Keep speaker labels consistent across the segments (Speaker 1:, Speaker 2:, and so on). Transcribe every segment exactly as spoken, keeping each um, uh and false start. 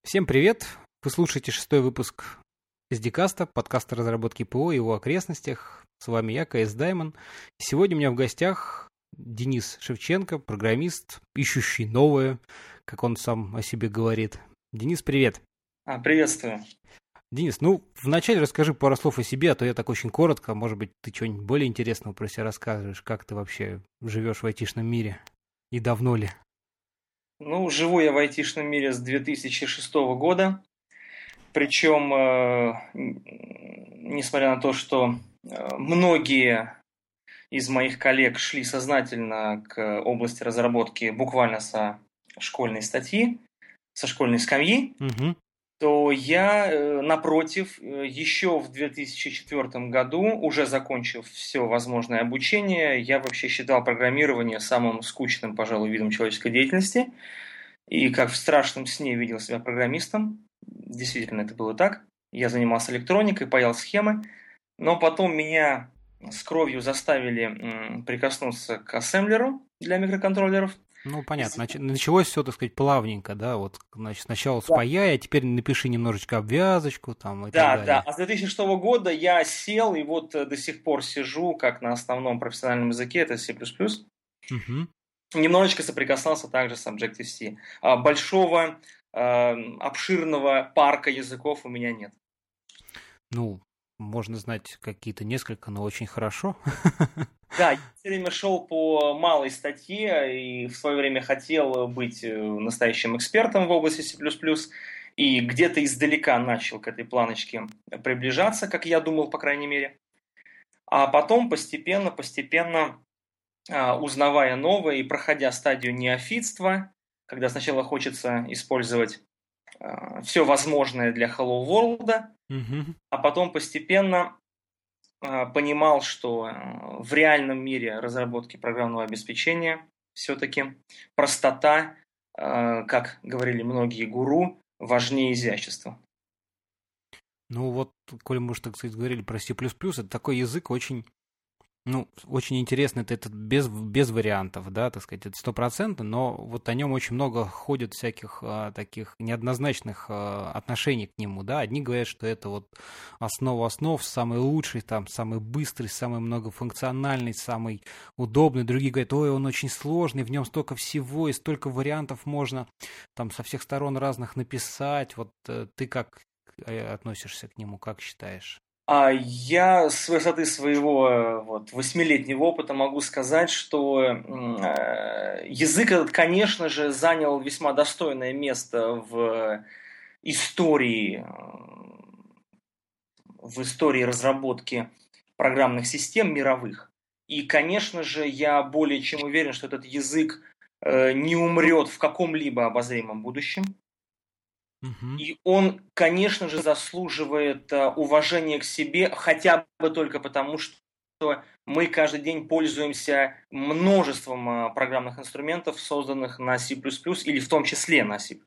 Speaker 1: Всем привет! Вы слушаете шестой выпуск SDCast, подкаста разработки ПО и его окрестностях. С вами я, КС Даймон. Сегодня у меня в гостях Денис Шевченко, программист, ищущий новое, как он сам о себе говорит. Денис, привет!
Speaker 2: А, приветствую.
Speaker 1: Денис, ну, вначале расскажи пару слов о себе, а то я так очень коротко, может быть, ты что-нибудь более интересного про себя рассказываешь, как ты вообще живешь в айтишном мире и давно ли?
Speaker 2: Ну, живу я в айтишном мире с две тысячи шестого года, причем, э, несмотря на то, что э, многие из моих коллег шли сознательно к области разработки буквально со школьной статьи, со школьной скамьи,
Speaker 1: Угу.
Speaker 2: то я, э, напротив, э, еще в две тысячи четвёртом году, уже закончив все возможное обучение, я вообще считал программирование самым скучным, пожалуй, видом человеческой деятельности. И как в страшном сне видел себя программистом. Действительно, это было так. Я занимался электроникой, паял схемы. Но потом меня с кровью заставили м, прикоснуться к ассемблеру для микроконтроллеров.
Speaker 1: Ну, понятно. Нач- Началось все, так сказать, плавненько, да, вот, значит, сначала
Speaker 2: Да,
Speaker 1: спаяй, а теперь напиши немножечко обвязочку там и так
Speaker 2: да, да.
Speaker 1: далее.
Speaker 2: А с две тысячи шестого года я сел и вот э, до сих пор сижу, как на основном профессиональном языке, это C++.
Speaker 1: Угу.
Speaker 2: Немножечко соприкасался также с Objective-C. А большого, э, обширного парка языков у меня нет.
Speaker 1: Ну, можно знать какие-то несколько, но очень хорошо.
Speaker 2: Да, я все время шел по малой статье и в свое время хотел быть э, настоящим экспертом в области C++, и где-то издалека начал к этой планочке приближаться, как я думал, по крайней мере. А потом постепенно, постепенно, а, узнавая новое и проходя стадию неофитства, когда сначала хочется использовать все возможное для Hello World,
Speaker 1: Угу.
Speaker 2: а потом постепенно а, понимал, что а, в реальном мире разработки программного обеспечения все-таки простота, а, как говорили многие гуру, важнее изящества.
Speaker 1: Ну вот, коли мы уж, так сказать, говорили про C++, это такой язык очень, ну, очень интересный, это, это без, без вариантов, да, так сказать, это стопроцентно, но вот о нем очень много ходит всяких а, таких неоднозначных а, отношений к нему, да, одни говорят, что это вот основа основ, самый лучший, там, самый быстрый, самый многофункциональный, самый удобный, другие говорят, ой, он очень сложный, в нем столько всего и столько вариантов можно там со всех сторон разных написать, вот э, ты как э, относишься к нему, как считаешь?
Speaker 2: А я с высоты своего э, вот, восьмилетнего опыта могу сказать, что м, э, язык этот, конечно же, занял весьма достойное место в истории, э, в истории разработки программных систем мировых. И, конечно же, я более чем уверен, что этот язык э, не умрет в каком-либо обозримом будущем.
Speaker 1: Угу.
Speaker 2: И он, конечно же, заслуживает э, уважения к себе, хотя бы только потому, что мы каждый день пользуемся множеством э, программных инструментов, созданных на C++ или в том числе на C++.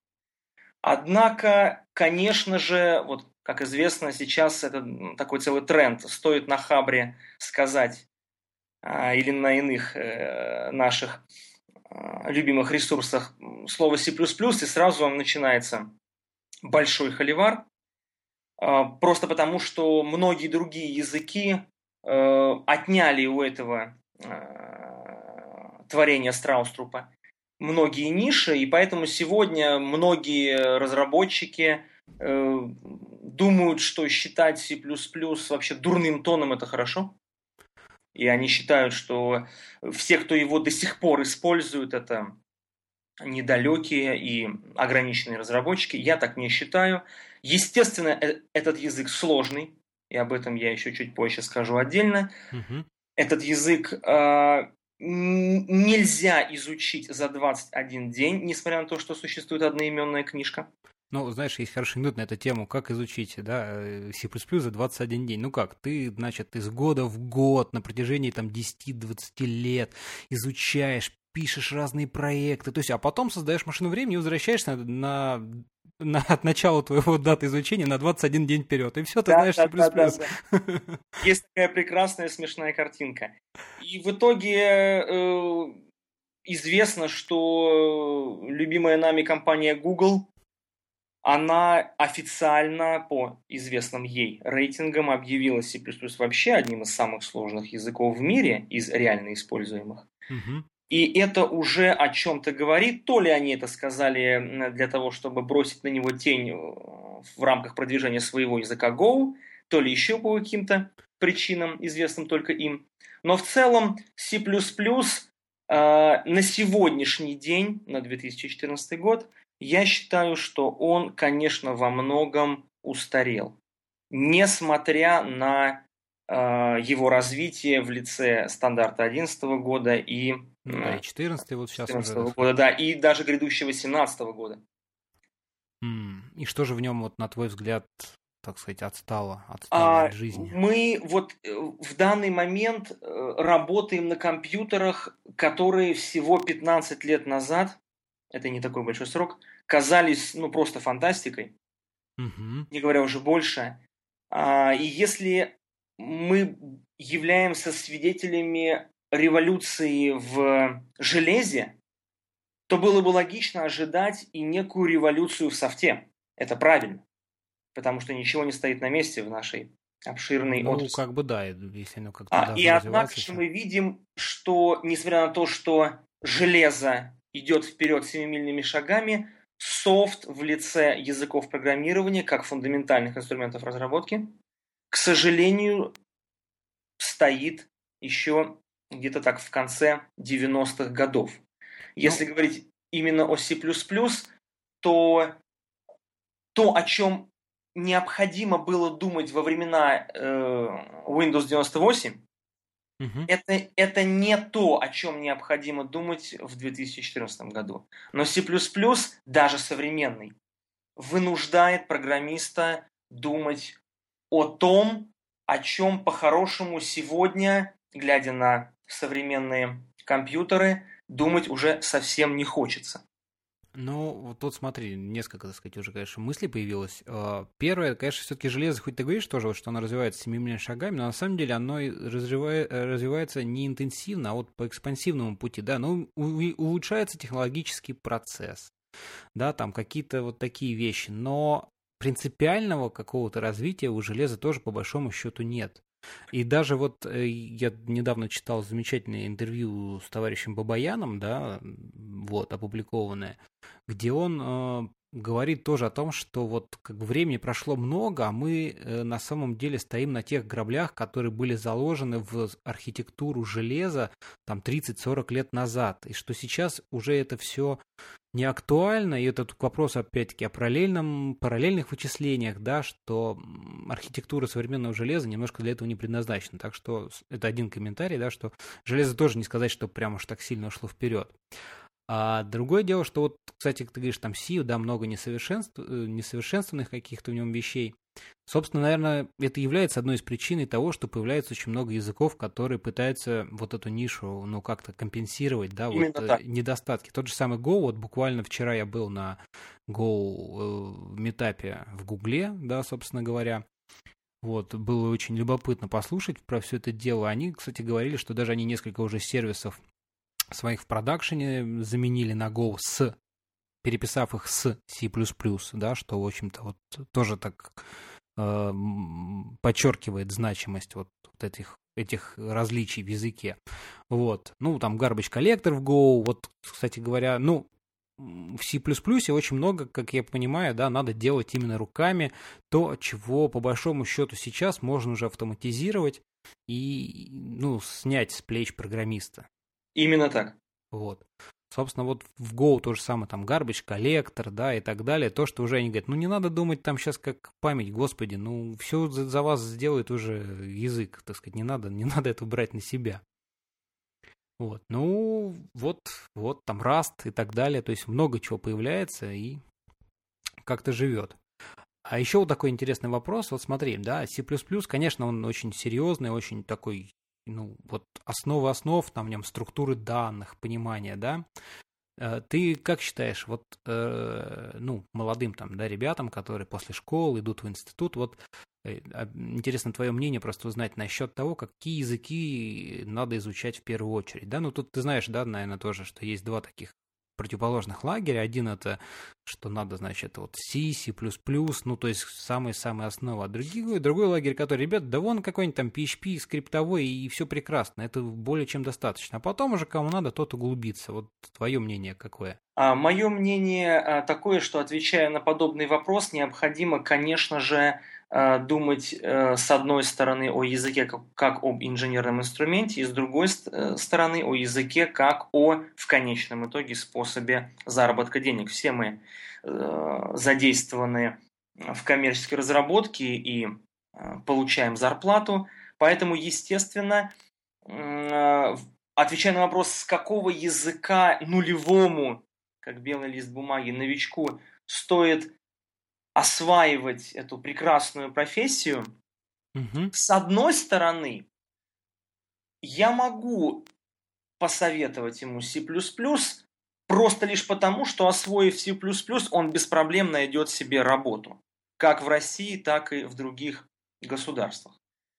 Speaker 2: Однако, конечно же, вот как известно, сейчас это такой целый тренд. Стоит на Хабре сказать а, или на иных э, наших а, любимых ресурсах слово C++, и сразу начинается большой холивар. А, просто потому, что многие другие языки э, отняли у этого э, творения Страуструпа многие ниши, и поэтому сегодня многие разработчики э, думают, что считать C++ вообще дурным тоном – это хорошо. И они считают, что все, кто его до сих пор используют, это недалекие и ограниченные разработчики. Я так не считаю. Естественно, э- этот язык сложный, и об этом я еще чуть позже скажу отдельно.
Speaker 1: Угу.
Speaker 2: Этот язык э, нельзя изучить за двадцать один день, несмотря на то, что существует одноименная книжка.
Speaker 1: Ну, знаешь, есть хороший анекдот на эту тему, как изучить, да, э, C++ за двадцать один день. Ну как, ты, значит, из года в год на протяжении там десять-двадцать лет изучаешь, пишешь разные проекты, то есть, а потом создаешь машину времени и возвращаешься на, на, на- от начала твоего даты изучения на двадцать один день вперед, и все, ты
Speaker 2: Да,
Speaker 1: знаешь
Speaker 2: да,
Speaker 1: C++.
Speaker 2: да, да, да. Есть такая прекрасная смешная картинка. И в итоге э, известно, что любимая нами компания Google, она официально по известным ей рейтингам объявила C++ вообще одним из самых сложных языков в мире из реально используемых.
Speaker 1: Угу.
Speaker 2: И это уже о чем-то говорит. То ли они это сказали для того, чтобы бросить на него тень в рамках продвижения своего языка Go, то ли еще по каким-то причинам, известным только им. Но в целом C++ э, на сегодняшний день, на две тысячи четырнадцатый год, я считаю, что он, конечно, во многом устарел. Несмотря на э, его развитие в лице стандарта одиннадцатого года и
Speaker 1: Ну да, и четырнадцатый вот сейчас уже.
Speaker 2: года, да, и даже грядущего семнадцатого года.
Speaker 1: М, И что же в нем, вот, на твой взгляд, так сказать, отстало, отстало
Speaker 2: А
Speaker 1: от жизни?
Speaker 2: мы вот э, в данный момент э, работаем на компьютерах, которые всего пятнадцать лет назад, это не такой большой срок, казались ну просто фантастикой,
Speaker 1: Угу.
Speaker 2: не говоря уже больше. А, и если мы являемся свидетелями революции в железе, то было бы логично ожидать и некую революцию в софте. Это правильно, потому что ничего не стоит на месте в нашей обширной
Speaker 1: Ну,
Speaker 2: отрасли.
Speaker 1: как бы да, если оно как-то
Speaker 2: А,
Speaker 1: должно
Speaker 2: и однако
Speaker 1: развиваться
Speaker 2: же
Speaker 1: еще.
Speaker 2: мы видим, что несмотря на то, что железо идет вперед семимильными шагами, софт в лице языков программирования, как фундаментальных инструментов разработки, к сожалению, стоит еще где-то так в конце девяностых годов. Если
Speaker 1: Ну,
Speaker 2: говорить именно о C++, то то, о чем необходимо было думать во времена э, Windows девяносто восемь,
Speaker 1: угу.
Speaker 2: это, это не то, о чем необходимо думать в две тысячи четырнадцатом году. Но C++, даже современный, вынуждает программиста думать о том, о чем по-хорошему сегодня, глядя на современные компьютеры, думать уже совсем не хочется.
Speaker 1: Ну, вот тут смотри, несколько, так сказать, уже, конечно, мыслей появилось. А, Первое, конечно, все-таки железо, хоть ты говоришь тоже, вот, что оно развивается семимильными шагами, но на самом деле оно и развивает, развивается не интенсивно, а вот по экспансивному пути, да, ну, у- улучшается технологический процесс, да, там какие-то вот такие вещи, но принципиального какого-то развития у железа тоже по большому счету нет. И даже вот э, я недавно читал замечательное интервью с товарищем Бабаяном, да, вот, опубликованное, где он э, говорит тоже о том, что вот как бы времени прошло много, а мы э, на самом деле стоим на тех граблях, которые были заложены в архитектуру железа там тридцать-сорок лет назад, и что сейчас уже это все не актуально, и это к вопросу, опять-таки, о параллельном, параллельных вычислениях, да, что архитектура современного железа немножко для этого не предназначена. Так что это один комментарий, да, что железо тоже не сказать, что прям уж так сильно ушло вперед. А другое дело, что вот, кстати, ты говоришь, там Си, да, много несовершенств, несовершенствованных каких-то в нем вещей. Собственно, наверное, это является одной из причин того, что появляется очень много языков, которые пытаются вот эту нишу, ну, как-то компенсировать, да,
Speaker 2: Именно
Speaker 1: вот
Speaker 2: так.
Speaker 1: недостатки. Тот же самый Go, вот буквально вчера я был на Go метапе в Гугле, да, собственно говоря. Вот, было очень любопытно послушать про все это дело. Они, кстати, говорили, что даже они несколько уже сервисов своих в продакшене заменили на Go с, переписав их с C++, да, что, в общем-то, вот тоже так э, подчеркивает значимость вот, вот этих, этих различий в языке. Вот. Ну, там garbage collector в Go, вот, кстати говоря, ну, в C++ очень много, как я понимаю, да, надо делать именно руками то, чего по большому счету сейчас можно уже автоматизировать и, ну, снять с плеч программиста.
Speaker 2: Именно так.
Speaker 1: Вот. Собственно, вот в Go то же самое, там, garbage collector, да, и так далее. То, что уже они говорят, ну, не надо думать там сейчас как память, господи, ну, все за, за вас сделает уже язык, так сказать, не надо, не надо это брать на себя. Вот, ну, вот, вот там Rust и так далее, то есть много чего появляется и как-то живет. А еще вот такой интересный вопрос, вот смотри, да, C++, конечно, он очень серьезный, очень такой, ну, вот основа основ, там в нем структуры данных, понимание, да. Ты как считаешь, вот, э, ну, молодым там, да, ребятам, которые после школы идут в институт, вот, э, интересно твое мнение просто узнать насчет того, какие языки надо изучать в первую очередь, да, ну, тут ты знаешь, да, наверное, тоже, что есть два таких противоположных лагеря. Один это, что надо, значит, вот C, C++, ну, то есть самые-самые основы. А другой, другой лагерь, который, ребят, да вон какой-нибудь там пи эйч пи, скриптовой, и все прекрасно. Это более чем достаточно. А потом уже кому надо, тот углубится. Вот твое мнение какое?
Speaker 2: А, мое мнение а, такое, что, отвечая на подобный вопрос, необходимо, конечно же, а, думать а, с одной стороны о языке как, как об инженерном инструменте, и с другой ст- стороны о языке как о, в конечном итоге, способе заработка денег. Все мы а, задействованы в коммерческой разработке и а, получаем зарплату, поэтому, естественно, а, отвечая на вопрос, с какого языка нулевому, как белый лист бумаги, новичку стоит осваивать эту прекрасную профессию,
Speaker 1: Угу.
Speaker 2: с одной стороны, я могу посоветовать ему C++, просто лишь потому, что, освоив C++, он без проблем найдет себе работу, как в России, так и в других государствах.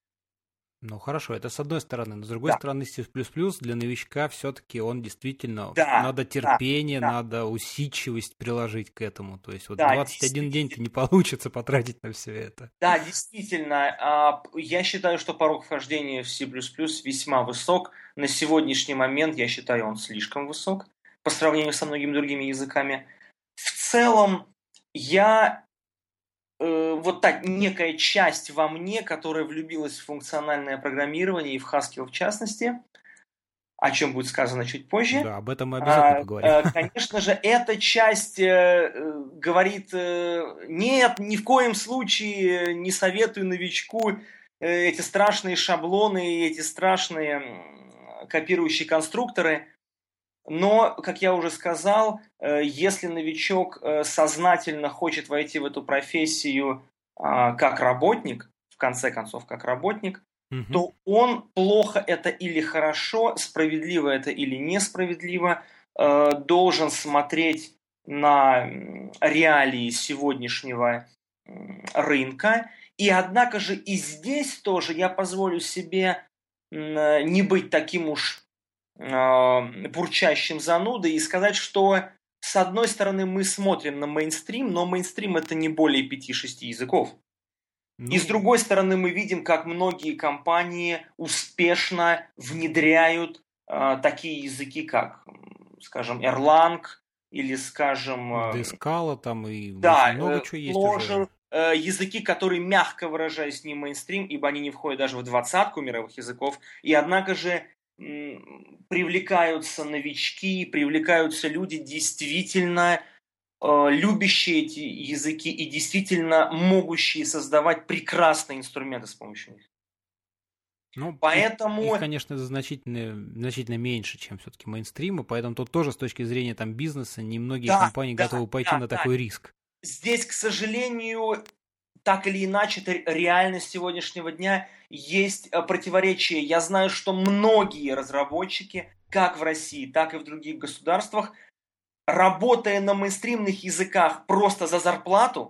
Speaker 1: Ну хорошо, это с одной стороны, но с другой
Speaker 2: Да.
Speaker 1: стороны C++ для новичка все-таки он действительно,
Speaker 2: Да,
Speaker 1: надо
Speaker 2: да,
Speaker 1: терпение,
Speaker 2: да.
Speaker 1: надо усидчивость приложить к этому, то есть вот
Speaker 2: Да,
Speaker 1: двадцать один день-то не получится потратить на все это.
Speaker 2: Да, действительно, а, я считаю, что порог вхождения в C++ весьма высок. На сегодняшний момент я считаю, он слишком высок по сравнению со многими другими языками. В целом, я э, вот так, некая часть во мне, которая влюбилась в функциональное программирование и в Haskell в частности, о чем будет сказано чуть позже.
Speaker 1: Да, об этом мы обязательно
Speaker 2: А,
Speaker 1: поговорим.
Speaker 2: а, Конечно же, эта часть э, э, говорит, э, нет, ни в коем случае не советую новичку э, эти страшные шаблоны, эти страшные м, копирующие конструкторы. Но, как я уже сказал, э, если новичок э, сознательно хочет войти в эту профессию а, как работник, в конце концов, как работник,
Speaker 1: Мгм.
Speaker 2: то он, плохо это или хорошо, справедливо это или несправедливо, э, должен смотреть на м, реалии сегодняшнего м, рынка. И однако же и здесь тоже я позволю себе м, не быть таким уж э, бурчащим занудой и сказать, что с одной стороны мы смотрим на мейнстрим, но мейнстрим это не более пяти-шести языков. И с
Speaker 1: Ну,
Speaker 2: другой стороны, мы видим, как многие компании успешно внедряют э, такие языки, как, скажем, Erlang или, скажем, э,
Speaker 1: Дескала там и очень
Speaker 2: да,
Speaker 1: много
Speaker 2: э,
Speaker 1: чего есть
Speaker 2: Clojure,
Speaker 1: уже.
Speaker 2: э, языки, которые, мягко выражаясь, не мейнстрим, ибо они не входят даже в двадцатку мировых языков, и однако же м, привлекаются новички, привлекаются люди действительно э, любящие эти языки и действительно могущие создавать прекрасные инструменты с помощью них.
Speaker 1: Ну, их, их,
Speaker 2: Поэтому,
Speaker 1: конечно, значительно, значительно меньше, чем все-таки мейнстримы, поэтому тут тоже с точки зрения там бизнеса немногие
Speaker 2: да,
Speaker 1: компании
Speaker 2: да,
Speaker 1: готовы пойти
Speaker 2: да,
Speaker 1: на
Speaker 2: да,
Speaker 1: такой риск.
Speaker 2: здесь, к сожалению, так или иначе, это реальность сегодняшнего дня, есть э, противоречия. Я знаю, что многие разработчики, как в России, так и в других государствах, работая на мейнстримных языках просто за зарплату,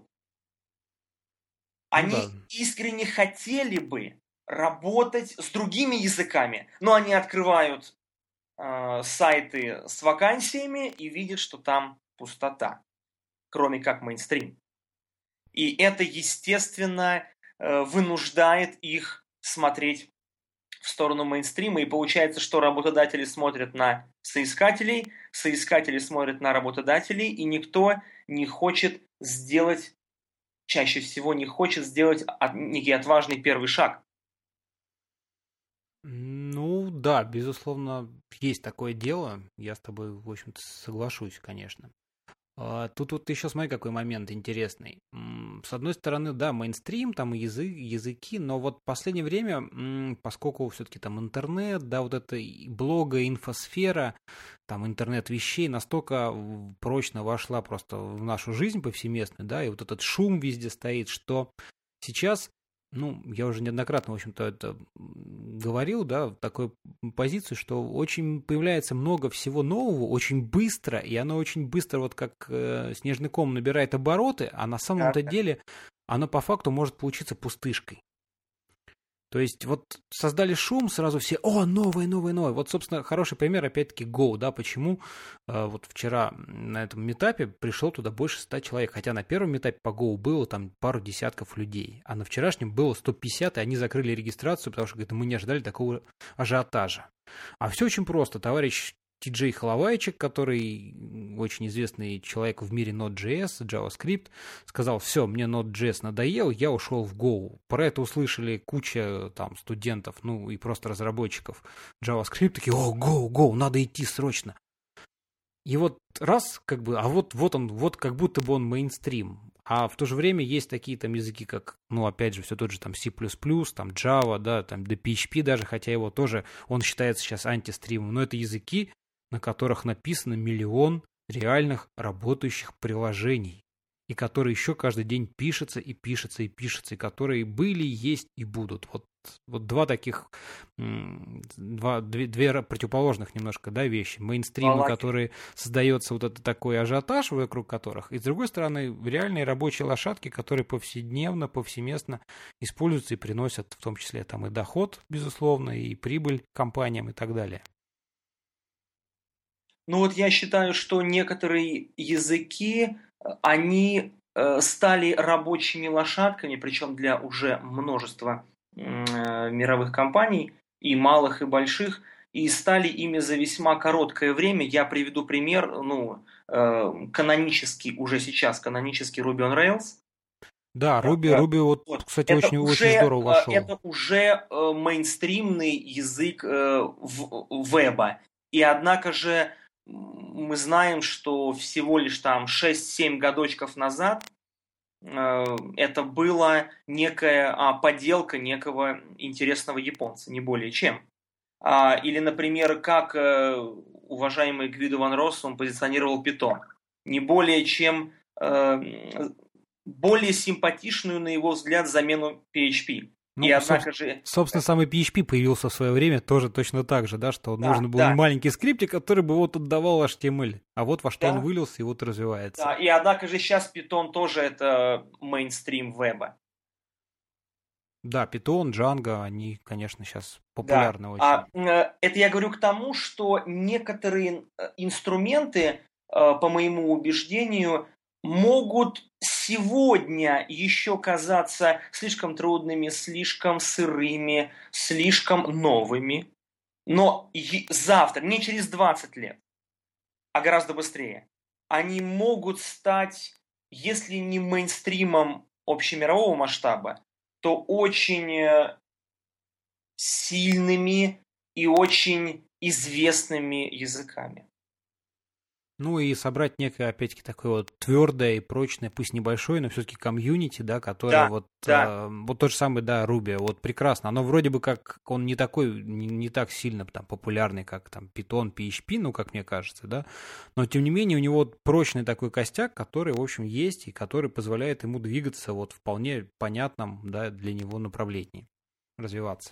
Speaker 1: Ну да.
Speaker 2: они искренне хотели бы работать с другими языками, но они открывают э, сайты с вакансиями и видят, что там пустота, кроме как мейнстрим. И это, естественно, э, вынуждает их смотреть в сторону мейнстрима, и получается, что работодатели смотрят на соискателей, соискатели смотрят на работодателей, и никто не хочет сделать, чаще всего не хочет сделать от- некий отважный первый шаг.
Speaker 1: Ну да, безусловно, есть такое дело. Я с тобой, в общем-то, соглашусь, конечно. А, Тут вот еще смотри, какой момент интересный. М, С одной стороны, да, мейнстрим, там и язык, языки, но вот в последнее время, м, поскольку все-таки там интернет, да, вот эта и блога, инфосфера, там интернет вещей настолько в- прочно вошла просто в нашу жизнь повсеместную, да, и вот этот шум везде стоит, что сейчас, ну, я уже неоднократно, в общем-то, это м, говорил, да, такую позицию, что очень появляется много всего нового, очень быстро, и оно очень быстро, вот как э, снежный ком набирает обороты, а на самом-то
Speaker 2: Да,
Speaker 1: деле оно по факту может получиться пустышкой. То есть вот создали шум, сразу все, о, новое, новое, новое. Вот, собственно, хороший пример, опять-таки, Go, да, почему э, вот вчера на этом метапе пришло туда больше ста человек, хотя на первом метапе по Go было там пару десятков людей, а на вчерашнем было сто пятьдесят, и они закрыли регистрацию, потому что, говорят, мы не ожидали такого ажиотажа. А все очень просто, товарищ Ти-Джей Холовайчик, который очень известный человек в мире Node.js, JavaScript, сказал, все, мне Node.js надоел, я ушел в Go. Про это услышали куча там студентов, ну и просто разработчиков JavaScript, такие, о, Go, Go, надо идти срочно. И вот раз, как бы, а вот, вот он, вот как будто бы он мейнстрим. А в то же время есть такие там языки, как, ну, опять же, все тот же там C++, там Java, да, там да пи эйч пи даже, хотя его тоже, он считается сейчас антистримом, но это языки, на которых написано миллион реальных работающих приложений, и которые еще каждый день пишутся и пишутся и пишутся, и которые были, есть и будут. Вот, вот два таких, два, две, две противоположных немножко, да, вещи. Мейнстримы, которые создается вот этот такой ажиотаж, вокруг которых, и с другой стороны реальные рабочие лошадки, которые повседневно, повсеместно используются и приносят в том числе там и доход, безусловно, и прибыль компаниям и так далее.
Speaker 2: Ну вот я считаю, что некоторые языки, они э, стали рабочими лошадками, причем для уже множества э, мировых компаний, и малых, и больших, и стали ими за весьма короткое время. Я приведу пример, ну, э, канонический, уже сейчас канонический Ruby on Rails.
Speaker 1: Да, Ruby, Ruby вот, вот, кстати, это очень, уже, очень здорово вошел.
Speaker 2: Это уже э, мейнстримный язык э, в, веба. И однако же мы знаем, что всего лишь там шесть-семь годочков назад э, это была некая а, поделка некого интересного японца, не более чем. А, или, например, как э, уважаемый Гвидо ван Россум позиционировал Python. Не более чем э, более симпатичную, на его взгляд, замену пи эйч пи.
Speaker 1: Ну,
Speaker 2: и однако
Speaker 1: соб-
Speaker 2: же...
Speaker 1: Собственно, самый пи эйч пи появился в свое время тоже точно так же, да, что
Speaker 2: да,
Speaker 1: нужен был
Speaker 2: да.
Speaker 1: маленький скриптик, который бы вот отдавал эйч ти эм эль, а вот во что да. он вылился и вот развивается.
Speaker 2: Да, и однако же сейчас Python тоже это мейнстрим веба.
Speaker 1: Да, Python, Django, они, конечно, сейчас популярны
Speaker 2: да.
Speaker 1: очень.
Speaker 2: А, это я говорю к тому, что некоторые инструменты, по моему убеждению, могут сегодня еще казаться слишком трудными, слишком сырыми, слишком новыми. Но завтра, не через двадцать лет, а гораздо быстрее, они могут стать, если не мейнстримом общемирового масштаба, то очень сильными и очень известными языками.
Speaker 1: Ну и собрать некое, опять-таки, такое вот твердое и прочное, пусть небольшое, но все-таки комьюнити, да, которое
Speaker 2: да,
Speaker 1: вот,
Speaker 2: да.
Speaker 1: Э, вот тот же самый, да, Ruby, вот прекрасно. Оно вроде бы как, он не такой, не, не так сильно там популярный, как там Python, пи эйч пи, ну, как мне кажется, да, но тем не менее у него прочный такой костяк, который, в общем, есть и который позволяет ему двигаться вот в вполне понятном, да, для него направлении, развиваться.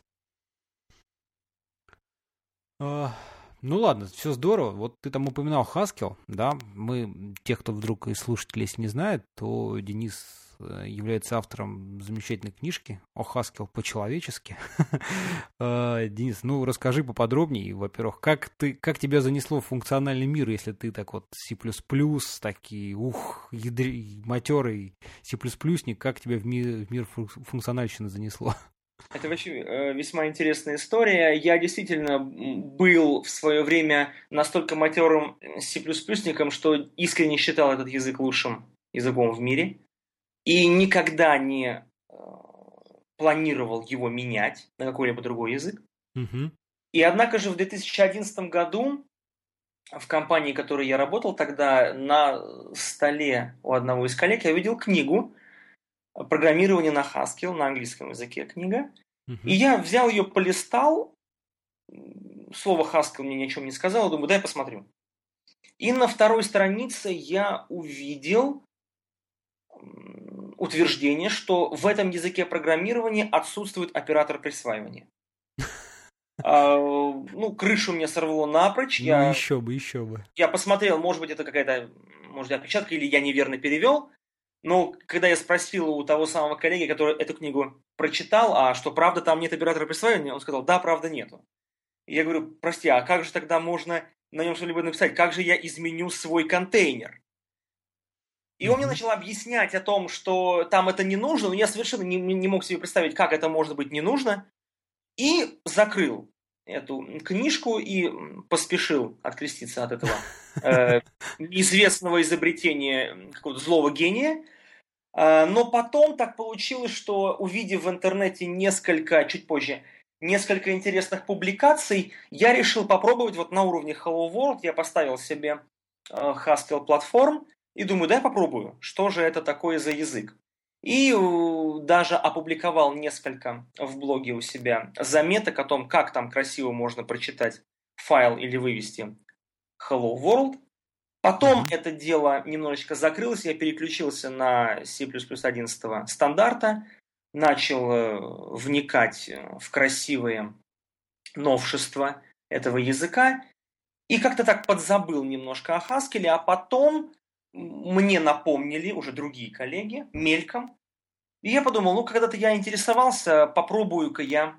Speaker 1: Ну ладно, все здорово. Вот ты там упоминал Haskell, да, мы, те, кто вдруг из слушателей если не знает, то Денис является автором замечательной книжки о Haskell по-человечески. Денис, ну расскажи поподробнее, во-первых, как ты, как тебя занесло в функциональный мир, если ты так вот C++, такие, ух, ядри, матерый C++-ник, как тебя в мир, в мир функциональщины занесло?
Speaker 2: Это вообще весьма интересная история. Я действительно был в свое время настолько матерым C++-ником, что искренне считал этот язык лучшим языком в мире. И никогда не планировал его менять на какой-либо другой язык.
Speaker 1: Uh-huh.
Speaker 2: И однако же в две тысячи одиннадцатом году в компании, в которой я работал тогда, на столе у одного из коллег я увидел книгу программирование на Haskell, на английском языке книга. Uh-huh. И я взял ее, полистал. Слово Haskell мне ни о чем не сказало. Думаю, дай посмотрю. И на второй странице я увидел утверждение, что в этом языке программирования отсутствует оператор присваивания. а, ну, крышу мне сорвало напрочь.
Speaker 1: Ну,
Speaker 2: я,
Speaker 1: еще бы, еще бы.
Speaker 2: Я посмотрел, может быть, это какая-то, может, опечатка, или я неверно перевел. Но когда я спросил у того самого коллеги, который эту книгу прочитал, а что правда там нет оператора присваивания, он сказал, да, правда нету. И я говорю, прости, а как же тогда можно на нем что-либо написать? Как же я изменю свой контейнер? И он мне
Speaker 1: Мгм.
Speaker 2: начал объяснять о том, что там это не нужно, но я совершенно не, не мог себе представить, как это может быть не нужно. И закрыл эту книжку и поспешил откреститься от этого э, неизвестного изобретения какого-то злого гения. Э, но потом так получилось, что увидев в интернете несколько, чуть позже, несколько интересных публикаций, я решил попробовать вот на уровне Hello World, я поставил себе э, Haskell платформ и думаю, дай попробую, что же это такое за язык. И э, даже опубликовал несколько в блоге у себя заметок о том, как там красиво можно прочитать файл или вывести Hello World. Потом
Speaker 1: Мгм.
Speaker 2: это дело немножечко закрылось, я переключился на C++ одиннадцать стандарта, начал э, вникать э, в красивые новшества этого языка и как-то так подзабыл немножко о Haskell, а потом мне напомнили уже другие коллеги мельком, и я подумал, ну, когда-то я интересовался, попробую-ка я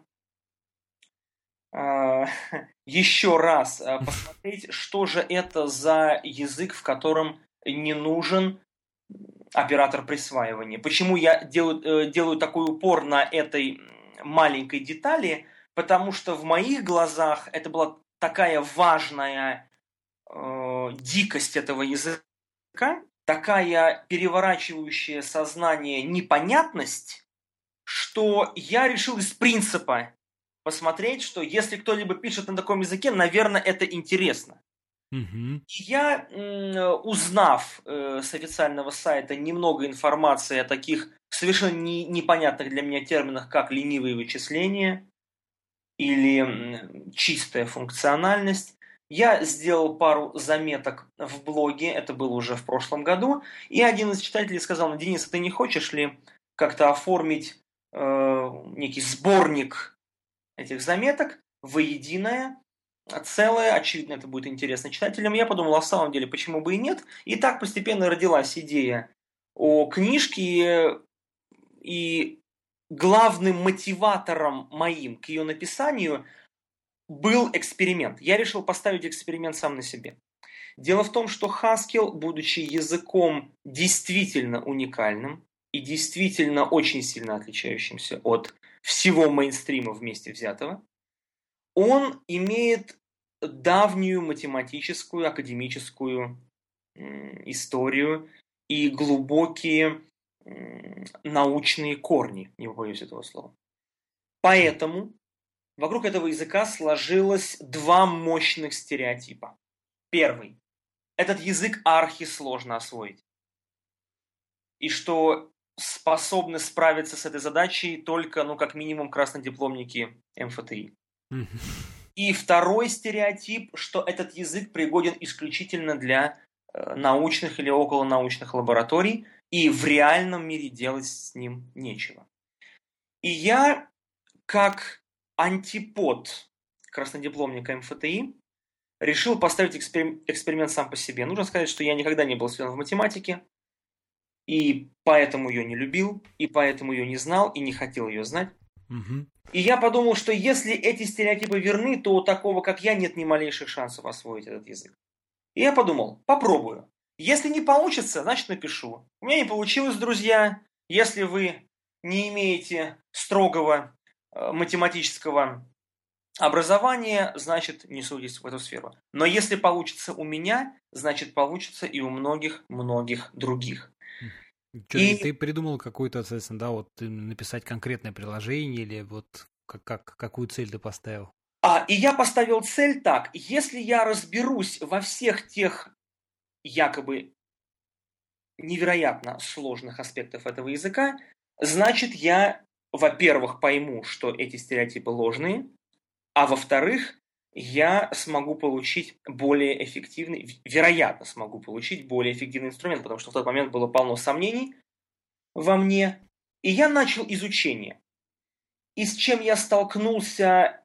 Speaker 2: а, еще раз а, посмотреть, что же это за язык, в котором не нужен оператор присваивания. Почему я делаю, э, делаю такой упор на этой маленькой детали? Потому что в моих глазах это была такая важная э, дикость этого языка, такая переворачивающая сознание непонятность, что я решил из принципа посмотреть, что если кто-либо пишет на таком языке, наверное, это интересно.
Speaker 1: Мгм.
Speaker 2: Я, узнав э, с официального сайта немного информации о таких совершенно не, непонятных для меня терминах, как ленивые вычисления или м, чистая функциональность, я сделал пару заметок в блоге, это было уже в прошлом году, и один из читателей сказал, ну, Денис, а ты не хочешь ли как-то оформить э, некий сборник этих заметок воединое, целое, очевидно, это будет интересно читателям. Я подумал, а в самом деле, почему бы и нет? И так постепенно родилась идея о книжке, и главным мотиватором моим к ее написанию был эксперимент. Я решил поставить эксперимент сам на себе. Дело в том, что Haskell, будучи языком действительно уникальным и действительно очень сильно отличающимся от всего мейнстрима вместе взятого, он имеет давнюю математическую, академическую историю и глубокие научные корни, не побоюсь этого слова. Поэтому вокруг этого языка сложилось два мощных стереотипа. Первый. Этот язык архисложно освоить. И что способны справиться с этой задачей только, ну, как минимум, краснодипломники эм эф тэ и.
Speaker 1: Мгм.
Speaker 2: И второй стереотип, что этот язык пригоден исключительно для э, научных или околонаучных лабораторий, и в реальном мире делать с ним нечего. И я, как антипод краснодипломника эм эф тэ и, решил поставить эксперим- эксперимент сам по себе. Нужно сказать, что я никогда не был силен в математике, и поэтому ее не любил, и поэтому ее не знал, и не хотел ее знать.
Speaker 1: Мгм.
Speaker 2: И я подумал, что если эти стереотипы верны, то у такого, как я, нет ни малейших шансов освоить этот язык. И я подумал, попробую. Если не получится, значит напишу. У меня не получилось, друзья. Если вы не имеете строгого э, математического образования, значит не судитесь в эту сферу. Но если получится у меня, значит получится и у многих-многих других.
Speaker 1: Чё, и
Speaker 2: И
Speaker 1: ты придумал какую-то, соответственно, да, вот именно написать конкретное приложение или вот как, как, какую цель ты поставил?
Speaker 2: А, и я поставил цель так: если я разберусь во всех тех якобы невероятно сложных аспектах этого языка, значит я, во-первых, пойму, что эти стереотипы ложные, а во-вторых, я смогу получить более эффективный, вероятно, смогу получить более эффективный инструмент, потому что в тот момент было полно сомнений во мне, и я начал изучение. И с чем я столкнулся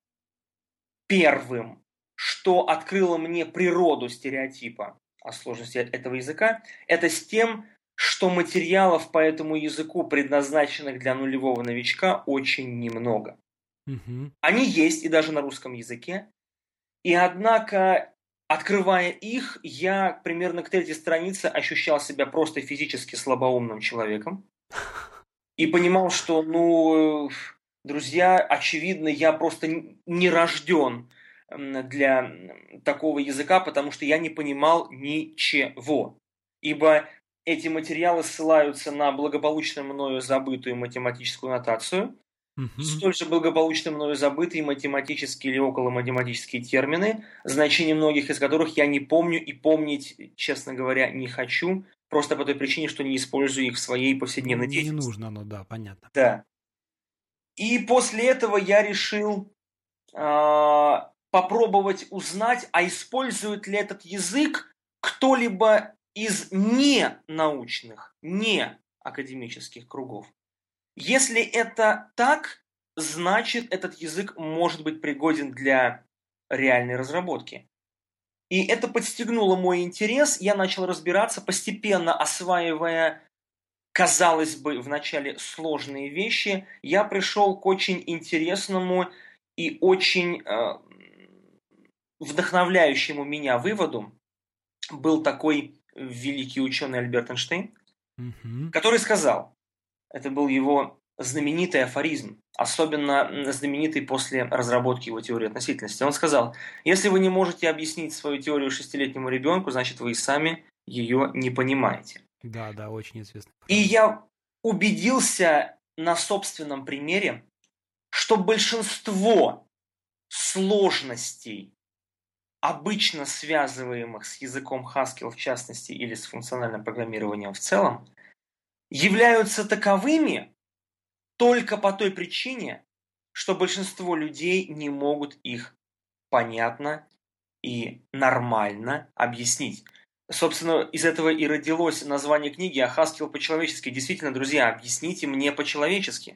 Speaker 2: первым, что открыло мне природу стереотипа о сложности этого языка, это с тем, что материалов по этому языку, предназначенных для нулевого новичка, очень немного.
Speaker 1: Мгм.
Speaker 2: Они есть и даже на русском языке. И однако, открывая их, я примерно к третьей странице ощущал себя просто физически слабоумным человеком. И понимал, что, ну, друзья, очевидно, я просто не рожден для такого языка, потому что я не понимал ничего. Ибо эти материалы ссылаются на благополучно мною забытую математическую нотацию,
Speaker 1: Мгм.
Speaker 2: столь же благополучно мною забытые математические или околоматематические термины, значение многих из которых я не помню и помнить, честно говоря, не хочу, просто по той причине, что не использую их в своей
Speaker 1: Ну,
Speaker 2: повседневной
Speaker 1: не
Speaker 2: деятельности.
Speaker 1: нужно оно, да, понятно.
Speaker 2: Да. И после этого я решил а, попробовать узнать, а использует ли этот язык кто-либо из ненаучных, не академических кругов. Если это так, значит, этот язык может быть пригоден для реальной разработки. И это подстегнуло мой интерес, я начал разбираться, постепенно осваивая, казалось бы, вначале сложные вещи, я пришел к очень интересному и очень э, вдохновляющему меня выводу. Был такой великий ученый Альберт Эйнштейн,
Speaker 1: Мгм.
Speaker 2: который сказал, это был его знаменитый афоризм, особенно знаменитый после разработки его теории относительности. Он сказал, если вы не можете объяснить свою теорию шестилетнему ребенку, значит, вы и сами ее не понимаете.
Speaker 1: Да, да, очень известная
Speaker 2: И
Speaker 1: фраза.
Speaker 2: я убедился на собственном примере, что большинство сложностей, обычно связываемых с языком Haskell в частности или с функциональным программированием в целом, являются таковыми только по той причине, что большинство людей не могут их понятно и нормально объяснить. Собственно, из этого и родилось название книги «А Haskell по-человечески». Действительно, друзья, объясните мне по-человечески.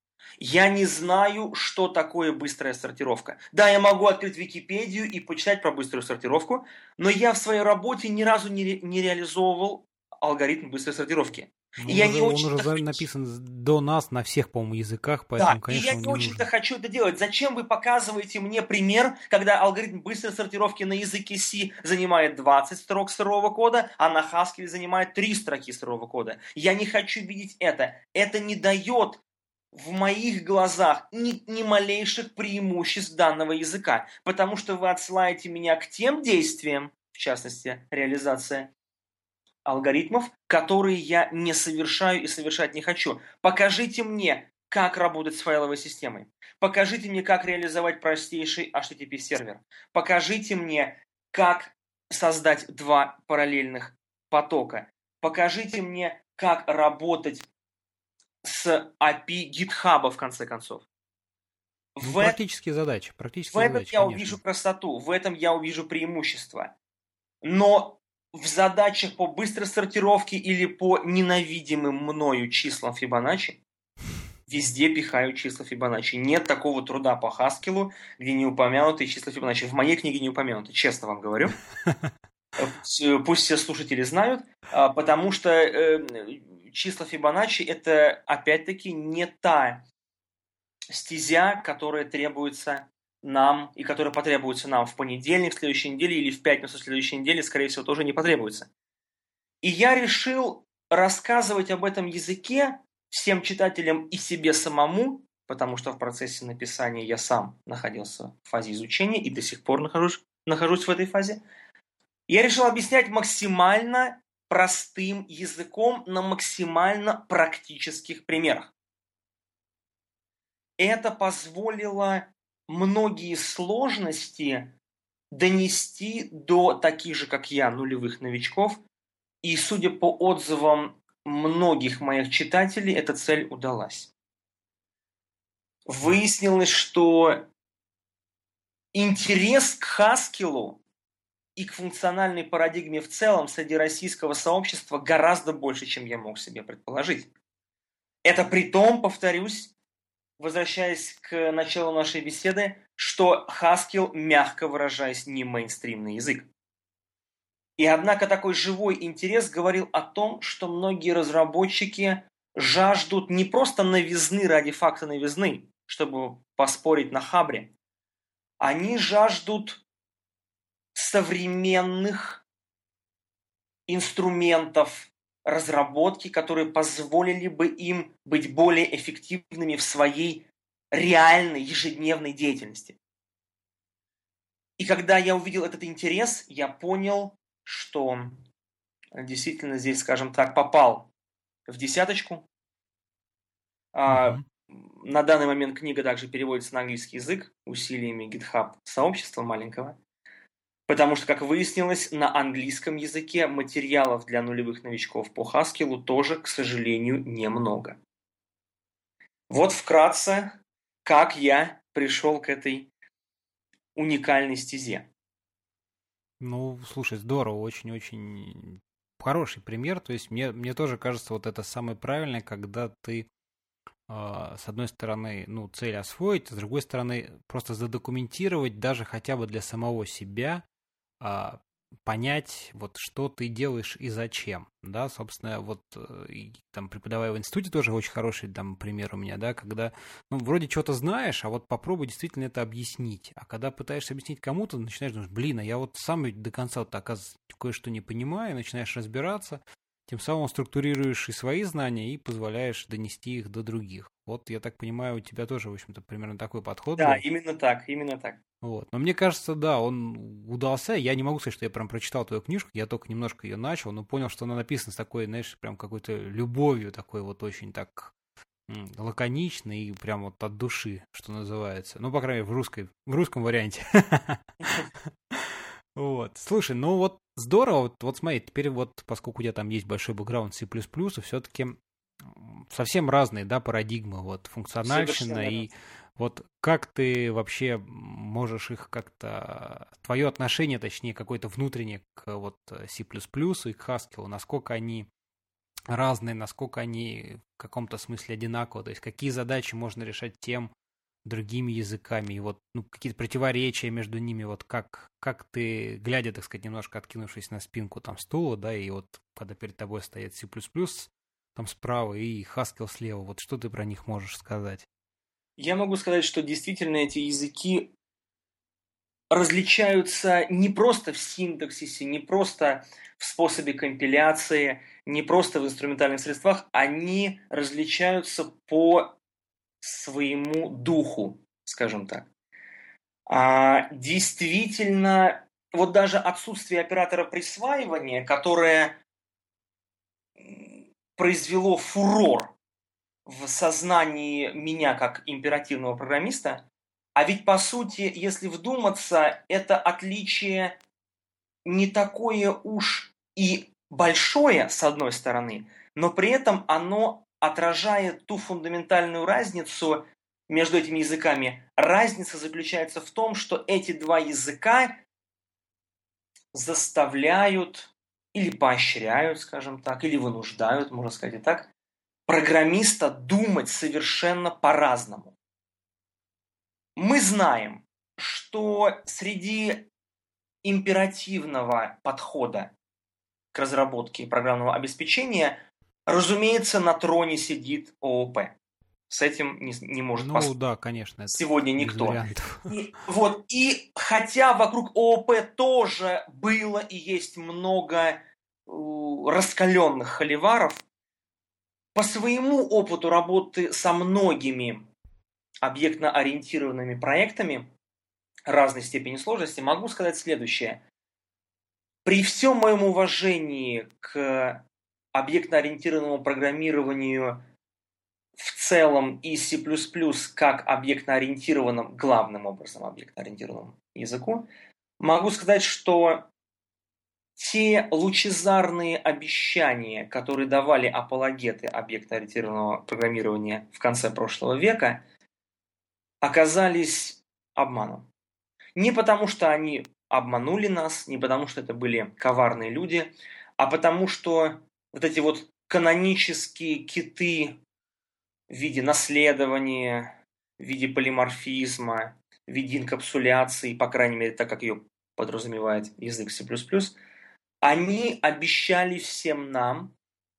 Speaker 2: Я не знаю, что такое быстрая сортировка. Да, я могу открыть Википедию и почитать про быструю сортировку, но я в своей работе ни разу не, ре- не реализовывал алгоритм быстрой сортировки. И
Speaker 1: Он
Speaker 2: я
Speaker 1: уже,
Speaker 2: не
Speaker 1: он уже
Speaker 2: очень-то
Speaker 1: за-
Speaker 2: хочу.
Speaker 1: написан до нас на всех, по-моему, языках,
Speaker 2: Да,
Speaker 1: поэтому,
Speaker 2: и я
Speaker 1: конечно, он
Speaker 2: не
Speaker 1: не
Speaker 2: очень-то
Speaker 1: нужен.
Speaker 2: хочу это делать. Зачем вы показываете мне пример, когда алгоритм быстрой сортировки на языке C занимает двадцать строк сырого кода, а на Haskell занимает три строки сырого кода? Я не хочу видеть это. Это не дает в моих глазах ни, ни малейших преимуществ данного языка, потому что вы отсылаете меня к тем действиям, в частности, реализация алгоритмов, которые я не совершаю и совершать не хочу. Покажите мне, как работать с файловой системой. Покажите мне, как реализовать простейший эйч ти ти пи сервер. Покажите мне, как создать два параллельных потока. Покажите мне, как работать с эй пи ай GitHub, в конце концов.
Speaker 1: Ну,
Speaker 2: В, э-
Speaker 1: практические задачи,
Speaker 2: в
Speaker 1: практические
Speaker 2: этом
Speaker 1: задачи,
Speaker 2: я увижу
Speaker 1: конечно.
Speaker 2: красоту, в этом я увижу преимущество. Но в задачах по быстрой сортировке или по ненавидимым мною числам Фибоначчи везде пихаю числа Фибоначчи. Нет такого труда по Хаскелу, где не упомянуты числа Фибоначчи. В моей книге не упомянуты, честно вам говорю. Пусть, пусть все слушатели знают, а, потому что э, числа Фибоначчи это опять-таки не та стезя, которая требуется нам и которая потребуется нам в понедельник следующей неделе или в пятницу следующей недели, скорее всего, тоже не потребуется. И я решил рассказывать об этом языке всем читателям и себе самому, потому что в процессе написания я сам находился в фазе изучения и до сих пор нахожусь, нахожусь в этой фазе. Я решил объяснять максимально простым языком на максимально практических примерах. Это позволило многие сложности донести до таких же, как я, нулевых новичков. И, судя по отзывам многих моих читателей, эта цель удалась. Выяснилось, что интерес к Хаскелу и к функциональной парадигме в целом среди российского сообщества гораздо больше, чем я мог себе предположить. Это при том, повторюсь, возвращаясь к началу нашей беседы, что Haskell, мягко выражаясь, не мейнстримный язык. И однако такой живой интерес говорил о том, что многие разработчики жаждут не просто новизны ради факта новизны, чтобы поспорить на хабре. Они жаждут современных инструментов разработки, которые позволили бы им быть более эффективными в своей реальной ежедневной деятельности. И когда я увидел этот интерес, я понял, что действительно здесь, скажем так, попал в десяточку. А,
Speaker 1: Мгм.
Speaker 2: на данный момент книга также переводится на английский язык усилиями GitHub сообщества маленького. Потому что, как выяснилось, на английском языке материалов для нулевых новичков по Haskell тоже, к сожалению, немного. Вот вкратце, как я пришел к этой уникальной стезе.
Speaker 1: Ну, слушай, здорово, очень-очень хороший пример. То есть мне, мне тоже кажется, вот это самое правильное, когда ты, а, с одной стороны, ну, цель освоить, а с другой стороны, просто задокументировать даже хотя бы для самого себя, а, понять, вот что ты делаешь и зачем, да, собственно, вот э, и, там, преподавая в институте, тоже очень хороший там пример у меня, да, когда, ну, вроде что-то знаешь, а вот попробуй действительно это объяснить, а когда пытаешься объяснить кому-то, начинаешь думать, блин, а я вот сам ведь до конца вот, оказывается, кое-что не понимаю, начинаешь разбираться, тем самым структурируешь и свои знания и позволяешь донести их до других. Вот, я так понимаю, у тебя тоже, в общем-то, примерно такой подход
Speaker 2: Да,
Speaker 1: был.
Speaker 2: именно так, именно так.
Speaker 1: Вот. Но мне кажется, да, он удался. Я не могу сказать, что я прям прочитал твою книжку, я только немножко ее начал, но понял, что она написана с такой, знаешь, прям какой-то любовью, такой вот очень так м, лаконично и прям вот от души, что называется. Ну, по крайней мере, в русской, в русском варианте. Вот. Слушай, ну вот здорово, вот, вот смотри, теперь вот, поскольку у тебя там есть большой бэкграунд C++, все-таки совсем разные, да, парадигмы, вот, функциональщина
Speaker 2: Совершенно
Speaker 1: и
Speaker 2: раз.
Speaker 1: вот как ты вообще можешь их как-то, твое отношение, точнее, какое-то внутреннее к вот C++ и к Haskell, насколько они разные, насколько они в каком-то смысле одинаковы, то есть какие задачи можно решать тем, другими языками, и вот ну, какие-то противоречия между ними, вот как, как ты, глядя, так сказать, немножко откинувшись на спинку там стула, да, и вот когда перед тобой стоит C++ там справа и Haskell слева, вот что ты про них можешь сказать?
Speaker 2: Я могу сказать, что действительно эти языки различаются не просто в синтаксисе, не просто в способе компиляции, не просто в инструментальных средствах, они различаются по своему духу, скажем так. А, действительно, вот даже отсутствие оператора присваивания, которое произвело фурор в сознании меня как императивного программиста, а ведь по сути, если вдуматься, это отличие не такое уж и большое, с одной стороны, но при этом оно отражает ту фундаментальную разницу между этими языками. Разница заключается в том, что эти два языка заставляют или поощряют, скажем так, или вынуждают, можно сказать и так, программиста думать совершенно по-разному. Мы знаем, что среди императивного подхода к разработке программного обеспечения, разумеется, на троне сидит ООП. С этим не, не может
Speaker 1: Ну
Speaker 2: поспорить
Speaker 1: да, конечно, это
Speaker 2: сегодня
Speaker 1: без
Speaker 2: никто.
Speaker 1: вариантов.
Speaker 2: И, вот, и хотя вокруг ООП тоже было и есть много uh, раскаленных холиваров, по своему опыту работы со многими объектно-ориентированными проектами разной степени сложности могу сказать следующее. При всем моем уважении к объектно-ориентированному программированию в целом и C++ как объектно-ориентированном, главным образом объектно-ориентированному языку, могу сказать, что те лучезарные обещания, которые давали апологеты объектно-ориентированного программирования в конце прошлого века, оказались обманом. Не потому, что они обманули нас, не потому, что это были коварные люди, а потому, что вот эти вот канонические киты в виде наследования, в виде полиморфизма, в виде инкапсуляции, по крайней мере, так как ее подразумевает язык C++, Они обещали всем нам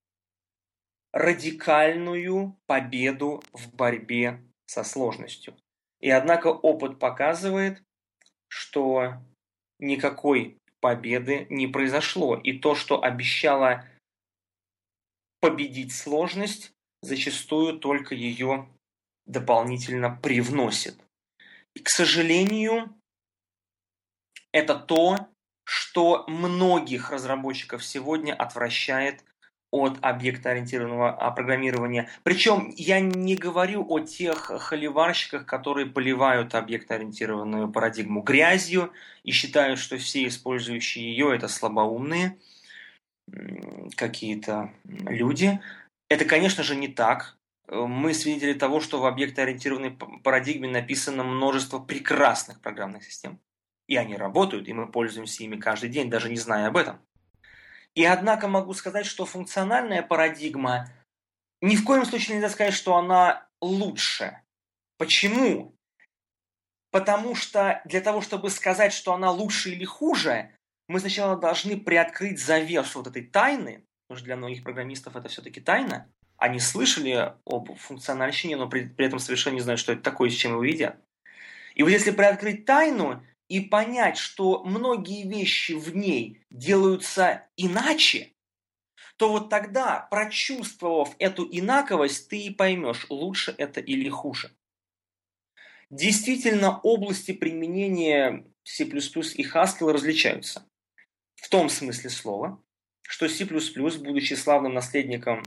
Speaker 2: радикальную победу в борьбе со сложностью. И однако опыт показывает, что никакой победы не произошло. И то, что обещало победить сложность, зачастую только ее дополнительно привносит. И, к сожалению, это то, что многих разработчиков сегодня отвращает от объектоориентированного программирования. Причем я не говорю о тех холиварщиках, которые поливают объектоориентированную парадигму грязью и считают, что все использующие ее это слабоумные какие-то люди. Это, конечно же, не так. Мы свидетели того, что в объектоориентированной парадигме написано множество прекрасных программных систем. И они работают, и мы пользуемся ими каждый день, даже не зная об этом. И однако могу сказать, что функциональная парадигма, ни в коем случае нельзя сказать, что она лучше. Почему? Потому что для того, чтобы сказать, что она лучше или хуже, мы сначала должны приоткрыть завесу вот этой тайны, потому что для многих программистов это все-таки тайна. Они слышали об функциональщине, но при, при этом совершенно не знают, что это такое, с чем его едят. И вот если приоткрыть тайну и понять, что многие вещи в ней делаются иначе, то вот тогда, прочувствовав эту инаковость, ты и поймешь, лучше это или хуже. Действительно, области применения C++ и Haskell различаются. В том смысле слова, что C++, будучи славным наследником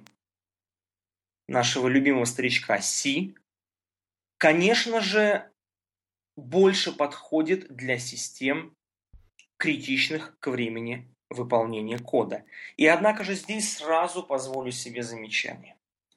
Speaker 2: нашего любимого старичка C, конечно же, больше подходит для систем, критичных к времени выполнения кода. И однако же здесь сразу позволю себе замечание.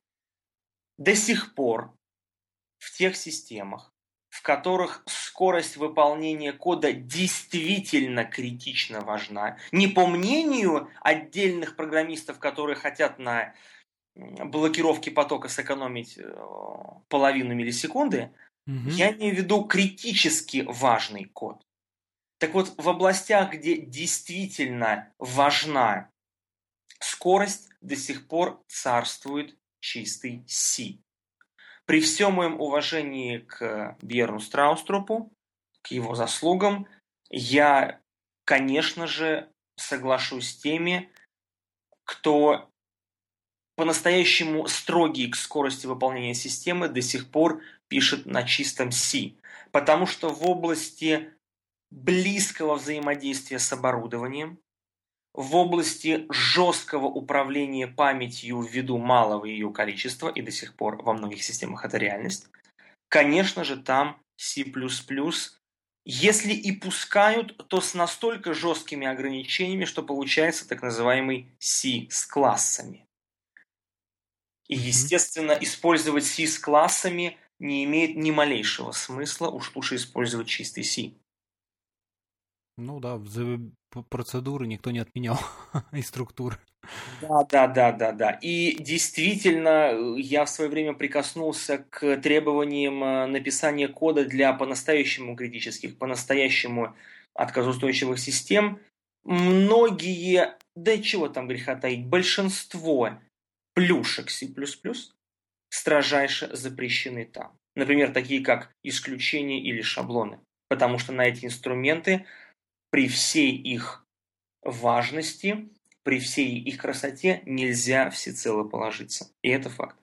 Speaker 2: До сих пор в тех системах, в которых скорость выполнения кода действительно критично важна, не по мнению отдельных программистов, которые хотят на блокировке потока сэкономить половину миллисекунды, угу. Я имею в виду критически важный код. Так вот, в областях, где действительно важна скорость, до сих пор царствует чистый C. При всем моем уважении к Бьерну Страустропу, к его заслугам, я, конечно же, соглашусь с теми, кто по-настоящему строгий к скорости выполнения системы до сих пор пишет на чистом C. Потому что в области близкого взаимодействия с оборудованием, в области жесткого управления памятью ввиду малого ее количества, и до сих пор во многих системах это реальность, конечно же, там C++, если и пускают, то с настолько жесткими ограничениями, что получается так называемый C с классами. И, естественно, использовать C с классами не имеет ни малейшего смысла, уж лучше использовать чистый C.
Speaker 1: Ну да, процедуры никто не отменял, и структуры.
Speaker 2: Да, да, да, да, да. И действительно, я в свое время прикоснулся к требованиям написания кода для по-настоящему критических, по-настоящему отказоустойчивых систем. Многие, да чего там греха таить, большинство плюшек C++ строжайше запрещены там. Например, такие как исключения или шаблоны. Потому что на эти инструменты при всей их важности, при всей их красоте нельзя всецело положиться. И это факт.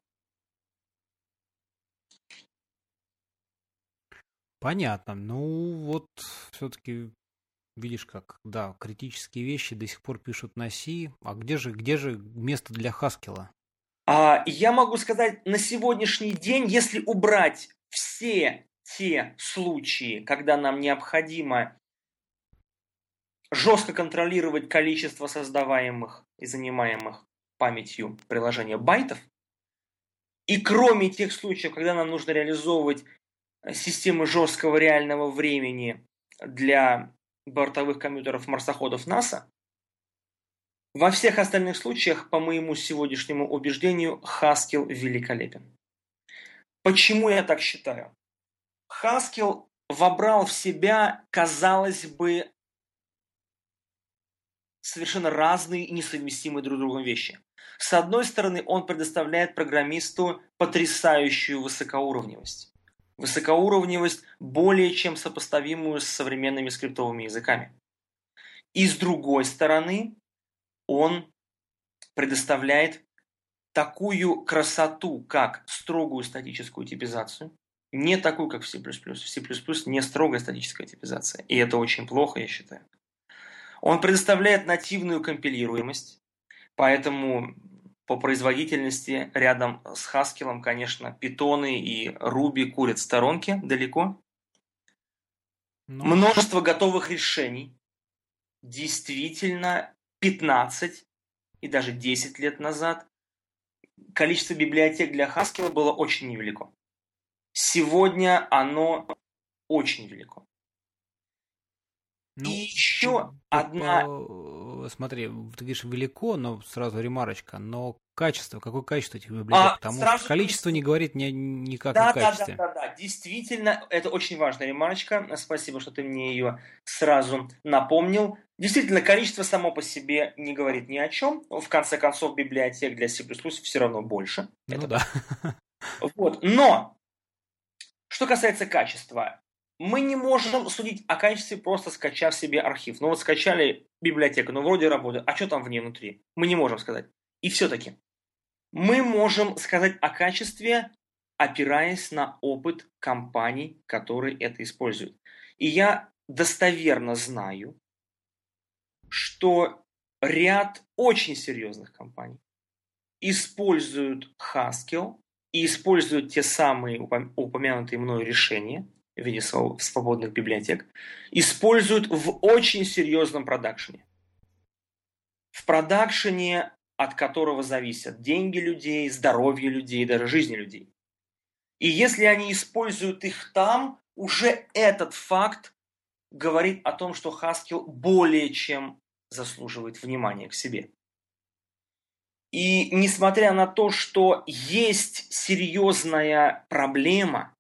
Speaker 1: Понятно. Ну, вот все-таки видишь как, да, критические вещи до сих пор пишут на C. А где же, где же место для Haskell?
Speaker 2: А, я могу сказать, на сегодняшний день, если убрать все те случаи, когда нам необходимо жестко контролировать количество создаваемых и занимаемых памятью приложения байтов, и кроме тех случаев, когда нам нужно реализовывать системы жесткого реального времени для бортовых компьютеров марсоходов НАСА, во всех остальных случаях, по моему сегодняшнему убеждению, Haskell великолепен. Почему я так считаю? Haskell вобрал в себя, казалось бы, совершенно разные и несовместимые друг с другом вещи. С одной стороны, он предоставляет программисту потрясающую высокоуровневость. Высокоуровневость, более чем сопоставимую с современными скриптовыми языками. И с другой стороны, он предоставляет такую красоту, как строгую статическую типизацию, не такую, как в C++. В C++ не строгая статическая типизация, и это очень плохо, я считаю. Он предоставляет нативную компилируемость, поэтому по производительности рядом с Haskell, конечно, питоны и Ruby курят в сторонке далеко. Ну. Множество готовых решений. Действительно, пятнадцать и даже десять лет назад количество библиотек для Haskell было очень невелико. Сегодня оно очень велико.
Speaker 1: Ну,
Speaker 2: и еще одна...
Speaker 1: Смотри, ты говоришь велико, но сразу ремарочка, но качество, какое качество этих библиотек? А, Потому что количество не говорит ни, никак
Speaker 2: да,
Speaker 1: о качестве.
Speaker 2: Да, да, да, да, действительно, это очень важная ремарочка. Спасибо, что ты мне ее сразу напомнил. Действительно, количество само по себе не говорит ни о чем. В конце концов, библиотек для C++ все равно больше.
Speaker 1: Ну
Speaker 2: это
Speaker 1: да.
Speaker 2: Вот. Но, что касается качества, мы не можем судить о качестве, просто скачав себе архив. Ну вот скачали библиотеку, ну вроде работает, а что там в ней внутри? Мы не можем сказать. И все-таки мы можем сказать о качестве, опираясь на опыт компаний, которые это используют. И я достоверно знаю, что ряд очень серьезных компаний используют Haskell и используют те самые упомянутые мной решения в виде свободных библиотек, используют в очень серьезном продакшене. В продакшене, от которого зависят деньги людей, здоровье людей, даже жизни людей. И если они используют их там, уже этот факт говорит о том, что Haskell более чем заслуживает внимания к себе. И несмотря на то, что есть серьезная проблема